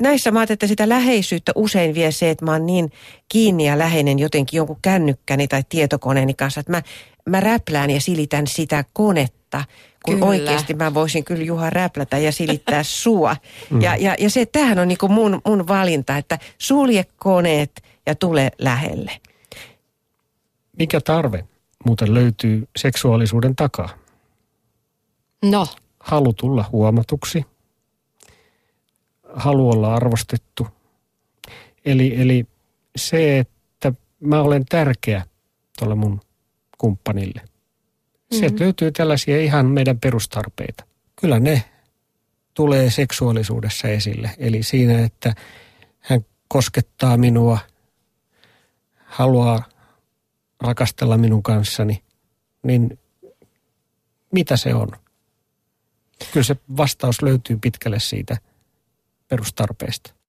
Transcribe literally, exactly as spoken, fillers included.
näissä mä ajattelen, että sitä läheisyyttä usein vie se, että mä oon niin kiinni ja läheinen jotenkin jonkun kännykkäni tai tietokoneeni kanssa, että mä, mä räplään ja silitän sitä konetta, kun kyllä. oikeasti mä voisin kyllä Juha räplätä ja silittää sua. Mm. Ja, ja, ja se, tämähän on niin kuin mun, mun valinta, että sulje koneet ja tule lähelle. Mikä tarve muuten löytyy seksuaalisuuden takaa? No. Halu tulla huomatuksi. Halu olla arvostettu. Eli, eli se, että mä olen tärkeä tuolle mun kumppanille. Sieltä mm-hmm. löytyy tällaisia ihan meidän perustarpeita. Kyllä ne tulee seksuaalisuudessa esille. Eli siinä, että hän koskettaa minua, haluaa rakastella minun kanssani, niin mitä se on? Kyllä se vastaus löytyy pitkälle siitä perustarpeesta.